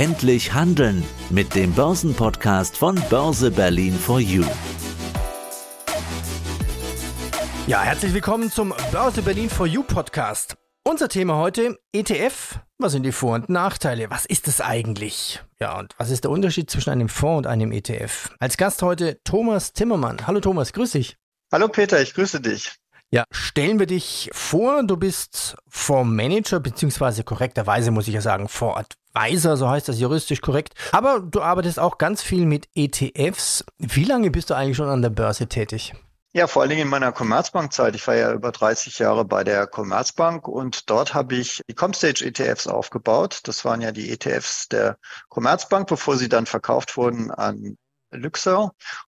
Endlich handeln mit dem Börsenpodcast von Börse Berlin for You. Ja, herzlich willkommen zum Börse Berlin for You Podcast. Unser Thema heute, ETF. Was sind die Vor- und Nachteile? Was ist es eigentlich? Ja, und was ist der Unterschied zwischen einem Fonds und einem ETF? Als Gast heute Thomas Timmermann. Hallo Thomas, grüß dich. Hallo Peter, ich grüße dich. Ja, stellen wir dich vor, du bist Fondsmanager, beziehungsweise korrekterweise muss ich ja sagen Fondsadvisor, so heißt das juristisch korrekt. Aber du arbeitest auch ganz viel mit ETFs. Wie lange bist du eigentlich schon an der Börse tätig? Ja, vor allen Dingen in meiner Commerzbank-Zeit. Ich war ja über 30 Jahre bei der Commerzbank und dort habe ich die Comstage-ETFs aufgebaut. Das waren ja die ETFs der Commerzbank, bevor sie dann verkauft wurden an Lyxor,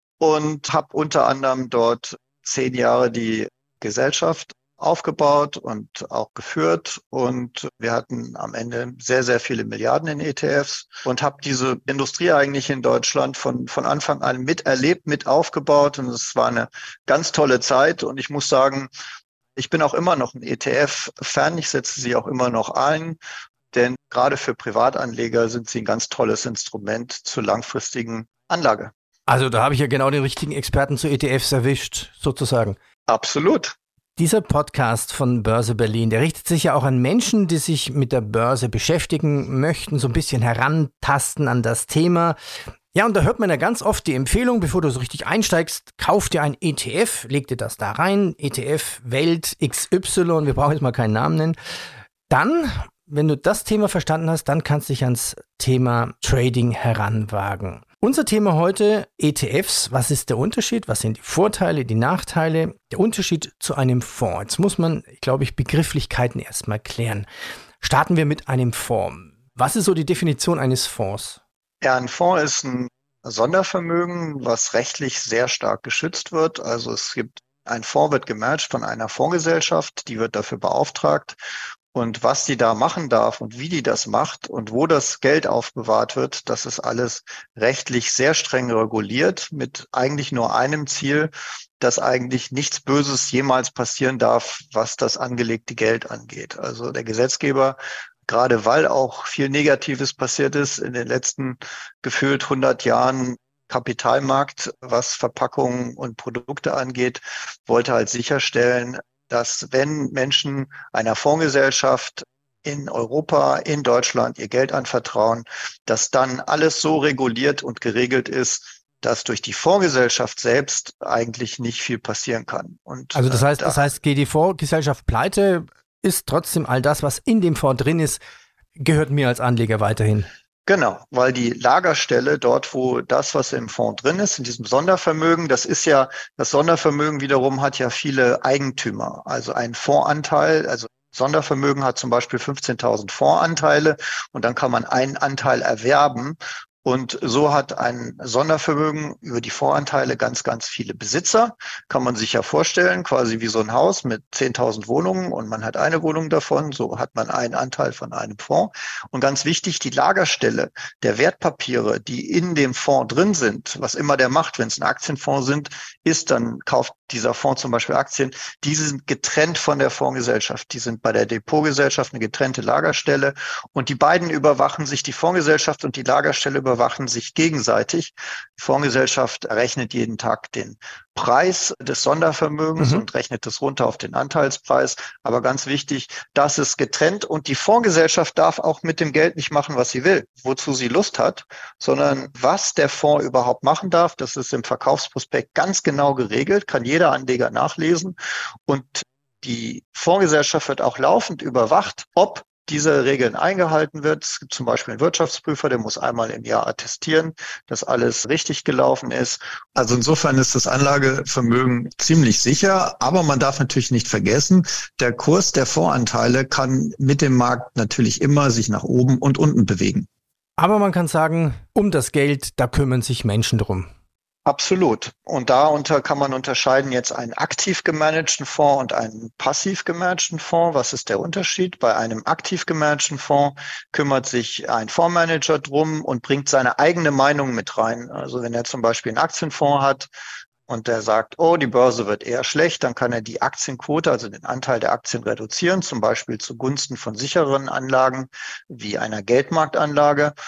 und habe unter anderem dort 10 Jahre die Gesellschaft aufgebaut und auch geführt, und wir hatten am Ende sehr, sehr viele Milliarden in ETFs und habe diese Industrie eigentlich in Deutschland von Anfang an miterlebt, mit aufgebaut, und es war eine ganz tolle Zeit. Und ich muss sagen, ich bin auch immer noch ein ETF-Fan, ich setze sie auch immer noch ein, denn gerade für Privatanleger sind sie ein ganz tolles Instrument zur langfristigen Anlage. Also da habe ich ja genau den richtigen Experten zu ETFs erwischt, sozusagen. Absolut. Dieser Podcast von Börse Berlin, der richtet sich ja auch an Menschen, die sich mit der Börse beschäftigen möchten, so ein bisschen herantasten an das Thema. Ja, und da hört man ja ganz oft die Empfehlung, bevor du so richtig einsteigst, kauf dir ein ETF, leg dir das da rein, ETF Welt XY, wir brauchen jetzt mal keinen Namen nennen. Dann, wenn du das Thema verstanden hast, dann kannst du dich ans Thema Trading heranwagen. Unser Thema heute, ETFs. Was ist der Unterschied? Was sind die Vorteile, die Nachteile? Der Unterschied zu einem Fonds. Jetzt muss man, glaube ich, Begrifflichkeiten erstmal klären. Starten wir mit einem Fonds. Was ist so die Definition eines Fonds? Ja, ein Fonds ist ein Sondervermögen, was rechtlich sehr stark geschützt wird. Also ein Fonds wird gemanagt von einer Fondsgesellschaft, die wird dafür beauftragt. Und was die da machen darf und wie die das macht und wo das Geld aufbewahrt wird, das ist alles rechtlich sehr streng reguliert, mit eigentlich nur einem Ziel, dass eigentlich nichts Böses jemals passieren darf, was das angelegte Geld angeht. Also der Gesetzgeber, gerade weil auch viel Negatives passiert ist in den letzten gefühlt 100 Jahren, Kapitalmarkt, was Verpackungen und Produkte angeht, wollte halt sicherstellen, dass wenn Menschen einer Fondsgesellschaft in Europa, in Deutschland ihr Geld anvertrauen, dass dann alles so reguliert und geregelt ist, dass durch die Fondsgesellschaft selbst eigentlich nicht viel passieren kann. Und also das heißt, geht die Fondsgesellschaft pleite, ist trotzdem all das, was in dem Fonds drin ist, gehört mir als Anleger weiterhin. Genau, weil die Lagerstelle dort, wo das, was im Fonds drin ist, in diesem Sondervermögen, das Sondervermögen wiederum hat ja viele Eigentümer. Also ein Fondsanteil, also Sondervermögen hat zum Beispiel 15.000 Fondsanteile, und dann kann man einen Anteil erwerben. Und so hat ein Sondervermögen über die Fondsanteile ganz, ganz viele Besitzer. Kann man sich ja vorstellen, quasi wie so ein Haus mit 10.000 Wohnungen, und man hat eine Wohnung davon. So hat man einen Anteil von einem Fonds. Und ganz wichtig, die Lagerstelle der Wertpapiere, die in dem Fonds drin sind, was immer der macht, wenn es ein Aktienfonds ist, dann kauft dieser Fonds zum Beispiel Aktien. Diese sind getrennt von der Fondsgesellschaft. Die sind bei der Depotgesellschaft eine getrennte Lagerstelle. Und die beiden überwachen sich, die Fondsgesellschaft und die Lagerstelle überwachen sich gegenseitig. Die Fondsgesellschaft errechnet jeden Tag den Preis des Sondervermögens und rechnet das runter auf den Anteilspreis. Aber ganz wichtig, das ist getrennt, und die Fondsgesellschaft darf auch mit dem Geld nicht machen, was sie will, wozu sie Lust hat, sondern was der Fonds überhaupt machen darf, das ist im Verkaufsprospekt ganz genau geregelt, kann jeder Anleger nachlesen, und die Fondsgesellschaft wird auch laufend überwacht, ob diese Regeln eingehalten wird. Es gibt zum Beispiel einen Wirtschaftsprüfer, der muss einmal im Jahr attestieren, dass alles richtig gelaufen ist. Also insofern ist das Anlagevermögen ziemlich sicher, aber man darf natürlich nicht vergessen, der Kurs der Fondsanteile kann mit dem Markt natürlich immer sich nach oben und unten bewegen. Aber man kann sagen, um das Geld, da kümmern sich Menschen drum. Absolut. Und darunter kann man unterscheiden jetzt einen aktiv gemanagten Fonds und einen passiv gemanagten Fonds. Was ist der Unterschied? Bei einem aktiv gemanagten Fonds kümmert sich ein Fondsmanager drum und bringt seine eigene Meinung mit rein. Also wenn er zum Beispiel einen Aktienfonds hat und der sagt, oh, die Börse wird eher schlecht, dann kann er die Aktienquote, also den Anteil der Aktien reduzieren, zum Beispiel zugunsten von sicheren Anlagen wie einer Geldmarktanlage.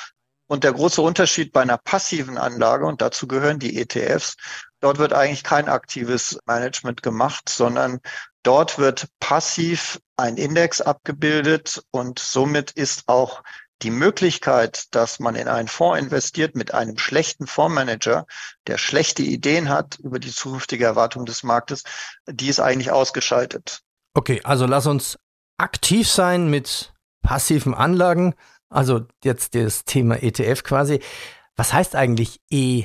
Und der große Unterschied bei einer passiven Anlage, und dazu gehören die ETFs, dort wird eigentlich kein aktives Management gemacht, sondern dort wird passiv ein Index abgebildet und somit ist auch die Möglichkeit, dass man in einen Fonds investiert mit einem schlechten Fondsmanager, der schlechte Ideen hat über die zukünftige Erwartung des Marktes, die ist eigentlich ausgeschaltet. Okay, also lass uns aktiv sein mit passiven Anlagen. Also jetzt das Thema ETF quasi. Was heißt eigentlich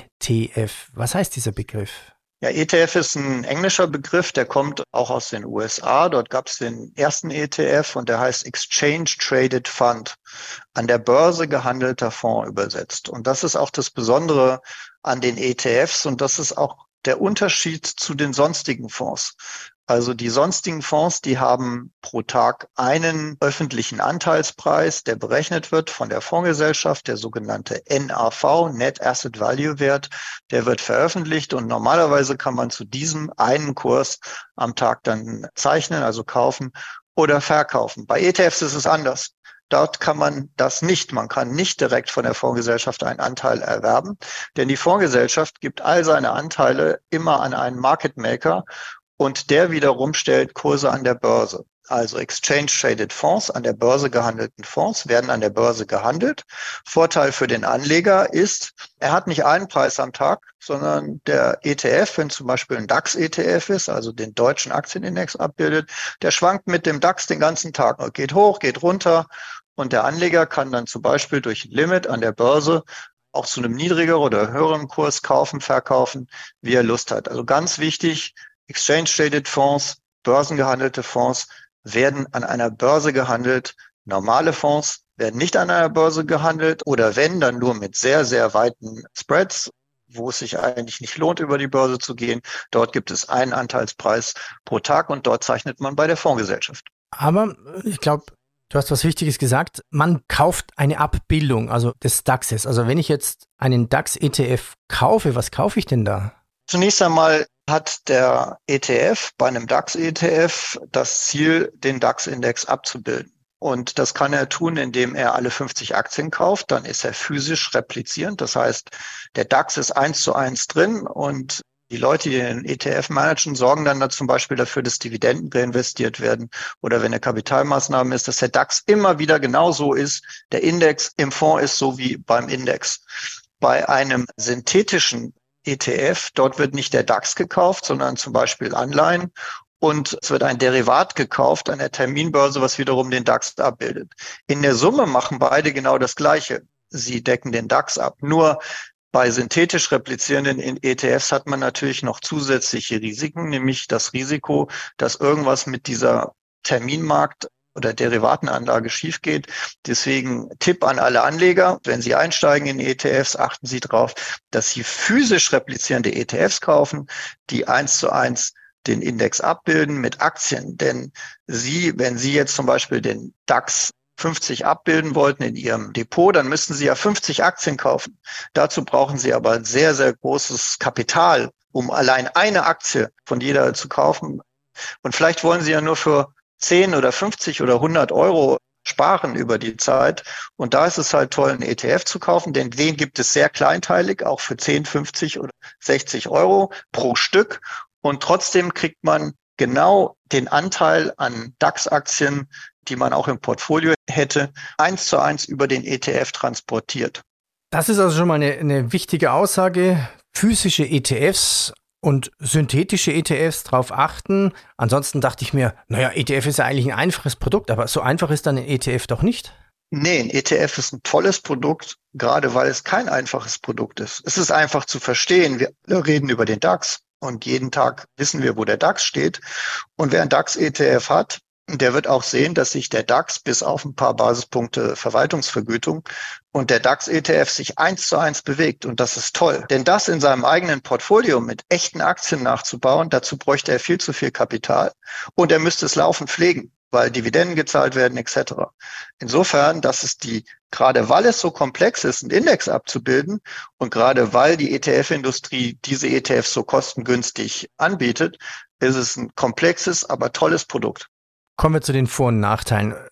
ETF? Was heißt dieser Begriff? Ja, ETF ist ein englischer Begriff, der kommt auch aus den USA. Dort gab es den ersten ETF und der heißt Exchange Traded Fund, an der Börse gehandelter Fonds übersetzt. Und das ist auch das Besondere an den ETFs und das ist auch der Unterschied zu den sonstigen Fonds. Also die sonstigen Fonds, die haben pro Tag einen öffentlichen Anteilspreis, der berechnet wird von der Fondsgesellschaft, der sogenannte NAV, Net Asset Value Wert, der wird veröffentlicht und normalerweise kann man zu diesem einen Kurs am Tag dann zeichnen, also kaufen oder verkaufen. Bei ETFs ist es anders. Dort kann man das nicht. Man kann nicht direkt von der Fondsgesellschaft einen Anteil erwerben, denn die Fondsgesellschaft gibt all seine Anteile immer an einen Market Maker und der wiederum stellt Kurse an der Börse. Also Exchange-Traded Fonds, an der Börse gehandelten Fonds, werden an der Börse gehandelt. Vorteil für den Anleger ist, er hat nicht einen Preis am Tag, sondern der ETF, wenn zum Beispiel ein DAX-ETF ist, also den deutschen Aktienindex abbildet, der schwankt mit dem DAX den ganzen Tag. Geht hoch, geht runter und der Anleger kann dann zum Beispiel durch ein Limit an der Börse auch zu einem niedrigeren oder höheren Kurs kaufen, verkaufen, wie er Lust hat. Also ganz wichtig, Exchange-Traded Fonds, börsengehandelte Fonds werden an einer Börse gehandelt. Normale Fonds werden nicht an einer Börse gehandelt oder wenn, dann nur mit sehr, sehr weiten Spreads, wo es sich eigentlich nicht lohnt, über die Börse zu gehen. Dort gibt es einen Anteilspreis pro Tag und dort zeichnet man bei der Fondsgesellschaft. Aber ich glaube, du hast was Wichtiges gesagt. Man kauft eine Abbildung, also des DAXes. Also wenn ich jetzt einen DAX-ETF kaufe, was kaufe ich denn da? Zunächst einmal hat der ETF bei einem DAX-ETF das Ziel, den DAX-Index abzubilden. Und das kann er tun, indem er alle 50 Aktien kauft. Dann ist er physisch replizierend. Das heißt, der DAX ist 1:1 drin und die Leute, die den ETF managen, sorgen dann da zum Beispiel dafür, dass Dividenden reinvestiert werden oder wenn eine Kapitalmaßnahme ist, dass der DAX immer wieder genauso ist. Der Index im Fonds ist so wie beim Index. Bei einem synthetischen ETF, dort wird nicht der DAX gekauft, sondern zum Beispiel Anleihen und es wird ein Derivat gekauft an der Terminbörse, was wiederum den DAX abbildet. In der Summe machen beide genau das Gleiche. Sie decken den DAX ab. Nur bei synthetisch replizierenden ETFs hat man natürlich noch zusätzliche Risiken, nämlich das Risiko, dass irgendwas mit dieser Terminmarkt oder Derivatenanlage schief geht. Deswegen Tipp an alle Anleger, wenn Sie einsteigen in ETFs, achten Sie darauf, dass Sie physisch replizierende ETFs kaufen, die 1:1 den Index abbilden mit Aktien. Denn wenn Sie jetzt zum Beispiel den DAX 50 abbilden wollten in Ihrem Depot, dann müssten Sie ja 50 Aktien kaufen. Dazu brauchen Sie aber ein sehr, sehr großes Kapital, um allein eine Aktie von jeder zu kaufen. Und vielleicht wollen Sie ja nur für 10 oder 50 oder 100 Euro sparen über die Zeit. Und da ist es halt toll, einen ETF zu kaufen, denn den gibt es sehr kleinteilig, auch für 10, 50 oder 60 Euro pro Stück. Und trotzdem kriegt man genau den Anteil an DAX-Aktien, die man auch im Portfolio hätte, 1:1 über den ETF transportiert. Das ist also schon mal eine wichtige Aussage. Physische ETFs und synthetische ETFs drauf achten. Ansonsten dachte ich mir, naja, ETF ist ja eigentlich ein einfaches Produkt, aber so einfach ist dann ein ETF doch nicht. Nee, ein ETF ist ein tolles Produkt, gerade weil es kein einfaches Produkt ist. Es ist einfach zu verstehen. Wir reden über den DAX und jeden Tag wissen wir, wo der DAX steht. Und wer ein DAX-ETF hat, der wird auch sehen, dass sich der DAX bis auf ein paar Basispunkte Verwaltungsvergütung und der DAX-ETF sich 1:1 bewegt. Und das ist toll. Denn das in seinem eigenen Portfolio mit echten Aktien nachzubauen, dazu bräuchte er viel zu viel Kapital und er müsste es laufend pflegen, weil Dividenden gezahlt werden etc. Insofern, gerade weil es so komplex ist, einen Index abzubilden und gerade weil die ETF-Industrie diese ETFs so kostengünstig anbietet, ist es ein komplexes, aber tolles Produkt. Kommen wir zu den Vor- und Nachteilen.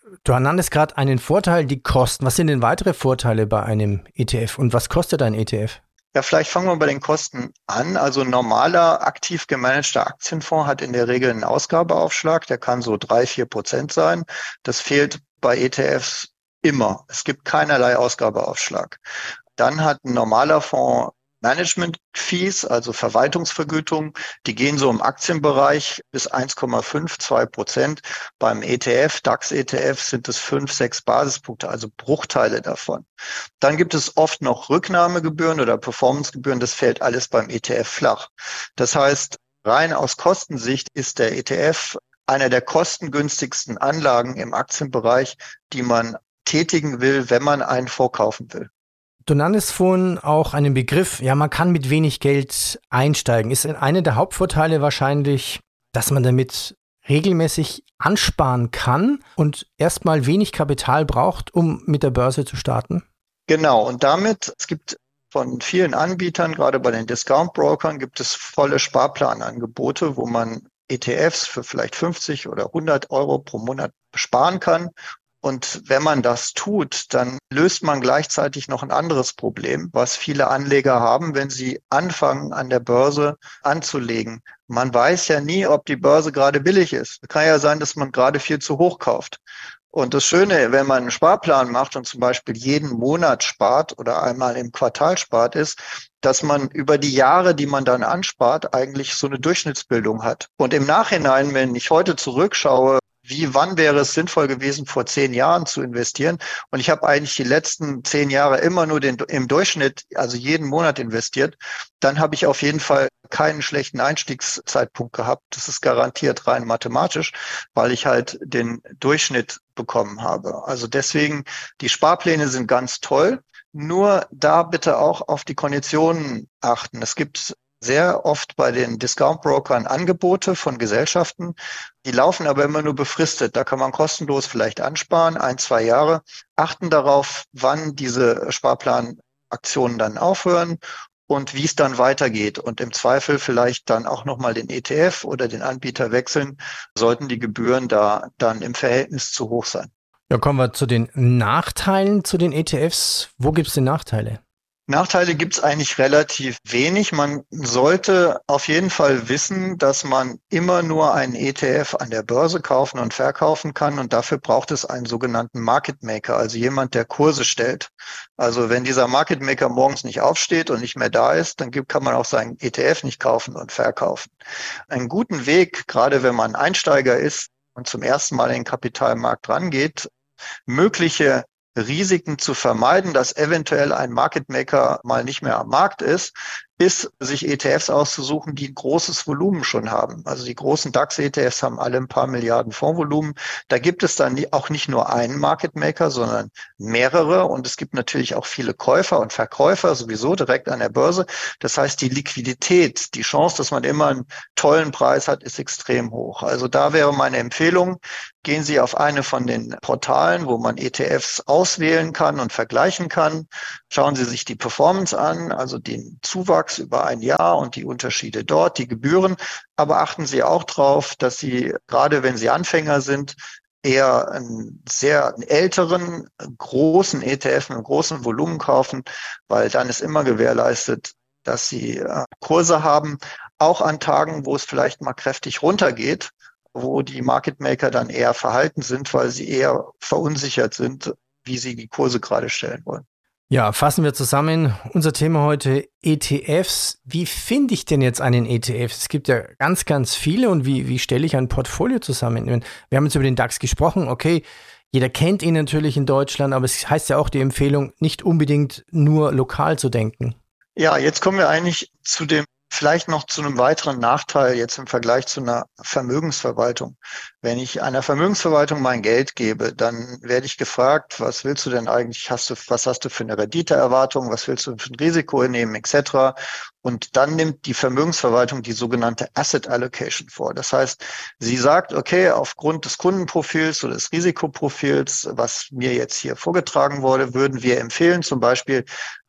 Du nanntest gerade einen Vorteil, die Kosten. Was sind denn weitere Vorteile bei einem ETF und was kostet ein ETF? Ja, vielleicht fangen wir bei den Kosten an. Also ein normaler, aktiv gemanagter Aktienfonds hat in der Regel einen Ausgabeaufschlag, der kann so 3-4% sein. Das fehlt bei ETFs immer. Es gibt keinerlei Ausgabeaufschlag. Dann hat ein normaler Fonds Management-Fees, also Verwaltungsvergütung, die gehen so im Aktienbereich bis 1,5-2%. Beim ETF, DAX-ETF sind es 5-6 Basispunkte, also Bruchteile davon. Dann gibt es oft noch Rücknahmegebühren oder Performancegebühren, das fällt alles beim ETF flach. Das heißt, rein aus Kostensicht ist der ETF einer der kostengünstigsten Anlagen im Aktienbereich, die man tätigen will, wenn man einen vorkaufen will. Du nanntest vorhin auch einen Begriff, ja, man kann mit wenig Geld einsteigen. Ist einer der Hauptvorteile wahrscheinlich, dass man damit regelmäßig ansparen kann und erstmal wenig Kapital braucht, um mit der Börse zu starten? Genau, und damit, es gibt von vielen Anbietern, gerade bei den Discount-Brokern, gibt es volle Sparplanangebote, wo man ETFs für vielleicht 50 oder 100 Euro pro Monat sparen kann. Und wenn man das tut, dann löst man gleichzeitig noch ein anderes Problem, was viele Anleger haben, wenn sie anfangen, an der Börse anzulegen. Man weiß ja nie, ob die Börse gerade billig ist. Es kann ja sein, dass man gerade viel zu hoch kauft. Und das Schöne, wenn man einen Sparplan macht und zum Beispiel jeden Monat spart oder einmal im Quartal spart, ist, dass man über die Jahre, die man dann anspart, eigentlich so eine Durchschnittsbildung hat. Und im Nachhinein, wenn ich heute zurückschaue, wann wäre es sinnvoll gewesen, vor 10 Jahren zu investieren? Und ich habe eigentlich die letzten 10 Jahre immer nur im Durchschnitt, also jeden Monat investiert. Dann habe ich auf jeden Fall keinen schlechten Einstiegszeitpunkt gehabt. Das ist garantiert rein mathematisch, weil ich halt den Durchschnitt bekommen habe. Also deswegen, die Sparpläne sind ganz toll. Nur da bitte auch auf die Konditionen achten. Es gibt sehr oft bei den Discount-Brokern Angebote von Gesellschaften, die laufen aber immer nur befristet. Da kann man kostenlos vielleicht ansparen, 1-2 Jahre. Achten darauf, wann diese Sparplanaktionen dann aufhören und wie es dann weitergeht. Und im Zweifel vielleicht dann auch nochmal den ETF oder den Anbieter wechseln, sollten die Gebühren da dann im Verhältnis zu hoch sein. Ja, kommen wir zu den Nachteilen zu den ETFs. Wo gibt es denn Nachteile? Nachteile gibt's eigentlich relativ wenig. Man sollte auf jeden Fall wissen, dass man immer nur einen ETF an der Börse kaufen und verkaufen kann. Und dafür braucht es einen sogenannten Market Maker, also jemand, der Kurse stellt. Also wenn dieser Market Maker morgens nicht aufsteht und nicht mehr da ist, dann kann man auch seinen ETF nicht kaufen und verkaufen. Einen guten Weg, gerade wenn man Einsteiger ist und zum ersten Mal in den Kapitalmarkt rangeht, mögliche Risiken zu vermeiden, dass eventuell ein Market Maker mal nicht mehr am Markt ist sich ETFs auszusuchen, die ein großes Volumen schon haben. Also die großen DAX-ETFs haben alle ein paar Milliarden Fondsvolumen. Da gibt es dann auch nicht nur einen Market Maker, sondern mehrere. Und es gibt natürlich auch viele Käufer und Verkäufer sowieso direkt an der Börse. Das heißt, die Liquidität, die Chance, dass man immer einen tollen Preis hat, ist extrem hoch. Also da wäre meine Empfehlung, gehen Sie auf eine von den Portalen, wo man ETFs auswählen kann und vergleichen kann. Schauen Sie sich die Performance an, also den Zuwachs über ein Jahr und die Unterschiede dort, die Gebühren. Aber achten Sie auch drauf, dass Sie, gerade wenn Sie Anfänger sind, eher einen sehr älteren, großen ETF mit einem großen Volumen kaufen, weil dann ist immer gewährleistet, dass Sie Kurse haben, auch an Tagen, wo es vielleicht mal kräftig runtergeht, wo die Market Maker dann eher verhalten sind, weil sie eher verunsichert sind, wie sie die Kurse gerade stellen wollen. Ja, fassen wir zusammen. Unser Thema heute ETFs. Wie finde ich denn jetzt einen ETF? Es gibt ja ganz, ganz viele und wie stelle ich ein Portfolio zusammen? Wir haben jetzt über den DAX gesprochen. Okay, jeder kennt ihn natürlich in Deutschland, aber es heißt ja auch die Empfehlung, nicht unbedingt nur lokal zu denken. Ja, jetzt kommen wir eigentlich vielleicht noch zu einem weiteren Nachteil jetzt im Vergleich zu einer Vermögensverwaltung. Wenn ich einer Vermögensverwaltung mein Geld gebe, dann werde ich gefragt, was willst du denn eigentlich, was hast du für eine Renditeerwartung, was willst du für ein Risiko nehmen, etc. Und dann nimmt die Vermögensverwaltung die sogenannte Asset Allocation vor. Das heißt, sie sagt, okay, aufgrund des Kundenprofils oder des Risikoprofils, was mir jetzt hier vorgetragen wurde, würden wir empfehlen, zum Beispiel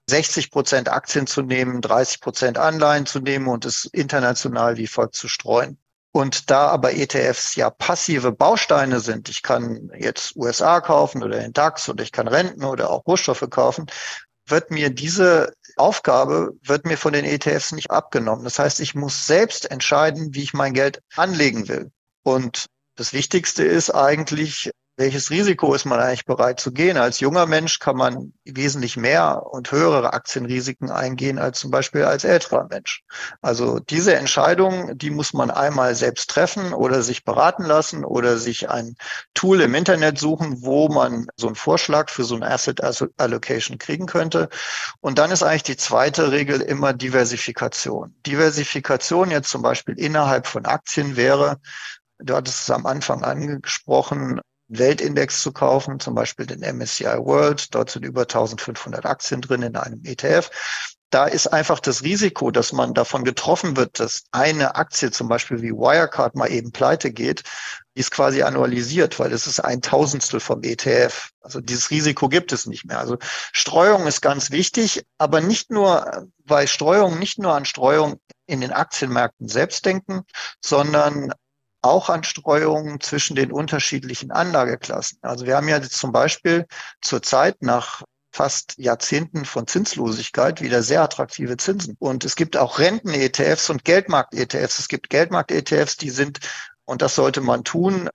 60% Aktien zu nehmen, 30% Anleihen zu nehmen und es international wie folgt zu streuen. Und da aber ETFs ja passive Bausteine sind, ich kann jetzt USA kaufen oder den DAX oder ich kann Renten oder auch Rohstoffe kaufen, wird mir diese Aufgabe von den ETFs nicht abgenommen. Das heißt, ich muss selbst entscheiden, wie ich mein Geld anlegen will. Und das Wichtigste ist eigentlich, welches Risiko ist man eigentlich bereit zu gehen? Als junger Mensch kann man wesentlich mehr und höhere Aktienrisiken eingehen als zum Beispiel als älterer Mensch. Also diese Entscheidung, die muss man einmal selbst treffen oder sich beraten lassen oder sich ein Tool im Internet suchen, wo man so einen Vorschlag für so ein Asset Allocation kriegen könnte. Und dann ist eigentlich die zweite Regel immer Diversifikation. Diversifikation jetzt zum Beispiel innerhalb von Aktien wäre, du hattest es am Anfang angesprochen, Weltindex zu kaufen, zum Beispiel den MSCI World. Dort sind über 1500 Aktien drin in einem ETF. Da ist einfach das Risiko, dass man davon getroffen wird, dass eine Aktie zum Beispiel wie Wirecard mal eben pleite geht, die ist quasi annualisiert, weil es ist 1/1000 vom ETF. Also dieses Risiko gibt es nicht mehr. Also Streuung ist ganz wichtig, aber nicht nur bei Streuung, nicht nur an Streuung in den Aktienmärkten selbst denken, sondern auch an Streuungen zwischen den unterschiedlichen Anlageklassen. Also wir haben ja jetzt zum Beispiel zurzeit nach fast Jahrzehnten von Zinslosigkeit wieder sehr attraktive Zinsen. Und es gibt auch Renten-ETFs und Geldmarkt-ETFs. Es gibt Geldmarkt-ETFs, die sind, und das sollte man tun,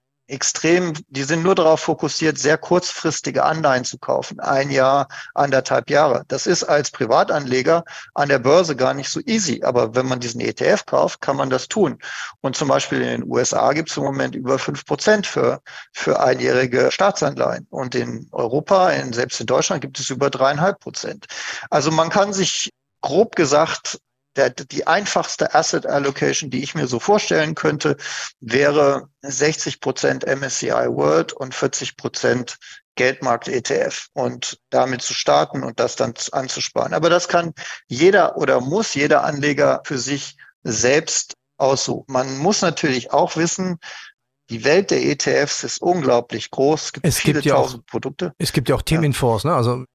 die sind nur darauf fokussiert, sehr kurzfristige Anleihen zu kaufen. 1 Jahr, 1,5 Jahre. Das ist als Privatanleger an der Börse gar nicht so easy. Aber wenn man diesen ETF kauft, kann man das tun. Und zum Beispiel in den USA gibt es im Moment über 5% für einjährige Staatsanleihen. Und in Europa, selbst in Deutschland, gibt es über 3,5%. Also man kann sich grob gesagt die einfachste Asset Allocation, die ich mir so vorstellen könnte, wäre 60% MSCI World und 40% Geldmarkt-ETF und damit zu starten und das dann anzusparen. Aber das kann jeder oder muss jeder Anleger für sich selbst aussuchen. Man muss natürlich auch wissen, die Welt der ETFs ist unglaublich groß. Es gibt viele tausend Produkte. Es gibt ja auch Themeninfos, ne? Also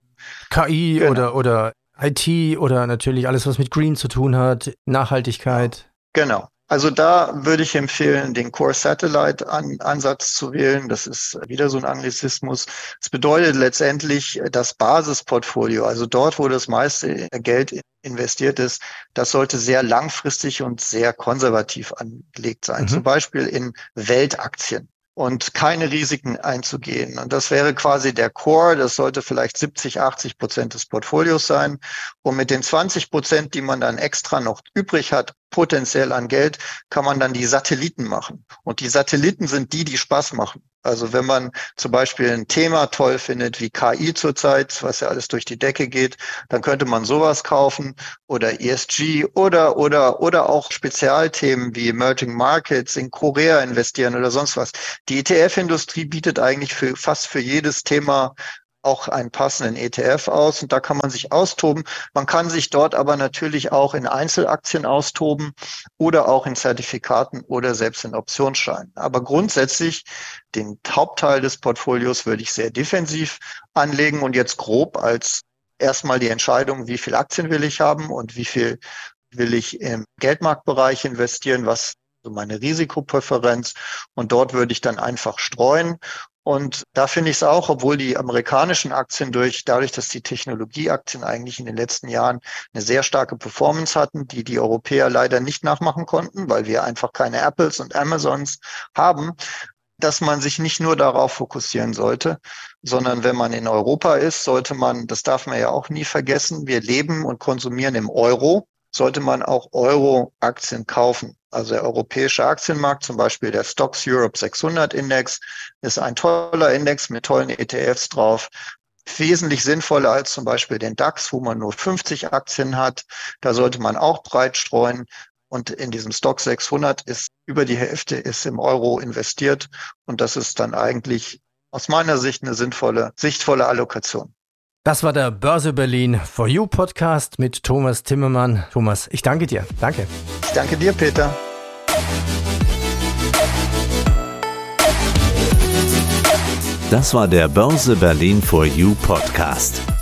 KI oder IT oder natürlich alles, was mit Green zu tun hat, Nachhaltigkeit. Genau. Also da würde ich empfehlen, den Core Satellite Ansatz zu wählen. Das ist wieder so ein Anglizismus. Das bedeutet letztendlich das Basisportfolio, also dort, wo das meiste Geld investiert ist, das sollte sehr langfristig und sehr konservativ angelegt sein. Zum Beispiel in Weltaktien. Und keine Risiken einzugehen. Und das wäre quasi der Core, das sollte vielleicht 70-80% des Portfolios sein. Und mit den 20%, die man dann extra noch übrig hat, potenziell an Geld, kann man dann die Satelliten machen. Und die Satelliten sind die Spaß machen. Also wenn man zum Beispiel ein Thema toll findet wie KI zurzeit, was ja alles durch die Decke geht, dann könnte man sowas kaufen oder ESG oder auch Spezialthemen wie Emerging Markets in Korea investieren oder sonst was. Die ETF-Industrie bietet eigentlich fast für jedes Thema auch einen passenden ETF aus und da kann man sich austoben. Man kann sich dort aber natürlich auch in Einzelaktien austoben oder auch in Zertifikaten oder selbst in Optionsscheinen. Aber grundsätzlich den Hauptteil des Portfolios würde ich sehr defensiv anlegen und jetzt grob als erstmal die Entscheidung, wie viel Aktien will ich haben und wie viel will ich im Geldmarktbereich investieren, was so meine Risikopräferenz und dort würde ich dann einfach streuen. Und da finde ich es auch, obwohl die amerikanischen Aktien dadurch, dass die Technologieaktien eigentlich in den letzten Jahren eine sehr starke Performance hatten, die Europäer leider nicht nachmachen konnten, weil wir einfach keine Apples und Amazons haben, dass man sich nicht nur darauf fokussieren sollte, sondern wenn man in Europa ist, sollte man, das darf man ja auch nie vergessen, wir leben und konsumieren im Euro, sollte man auch Euro-Aktien kaufen. Also der europäische Aktienmarkt, zum Beispiel der Stocks Europe 600 Index, ist ein toller Index mit tollen ETFs drauf. Wesentlich sinnvoller als zum Beispiel den DAX, wo man nur 50 Aktien hat. Da sollte man auch breit streuen. Und in diesem Stock 600 ist über die Hälfte ist im Euro investiert. Und das ist dann eigentlich aus meiner Sicht eine sinnvolle Allokation. Das war der Börse Berlin For You Podcast mit Thomas Timmermann. Thomas, ich danke dir. Danke. Ich danke dir, Peter. Das war der Börse Berlin For You Podcast.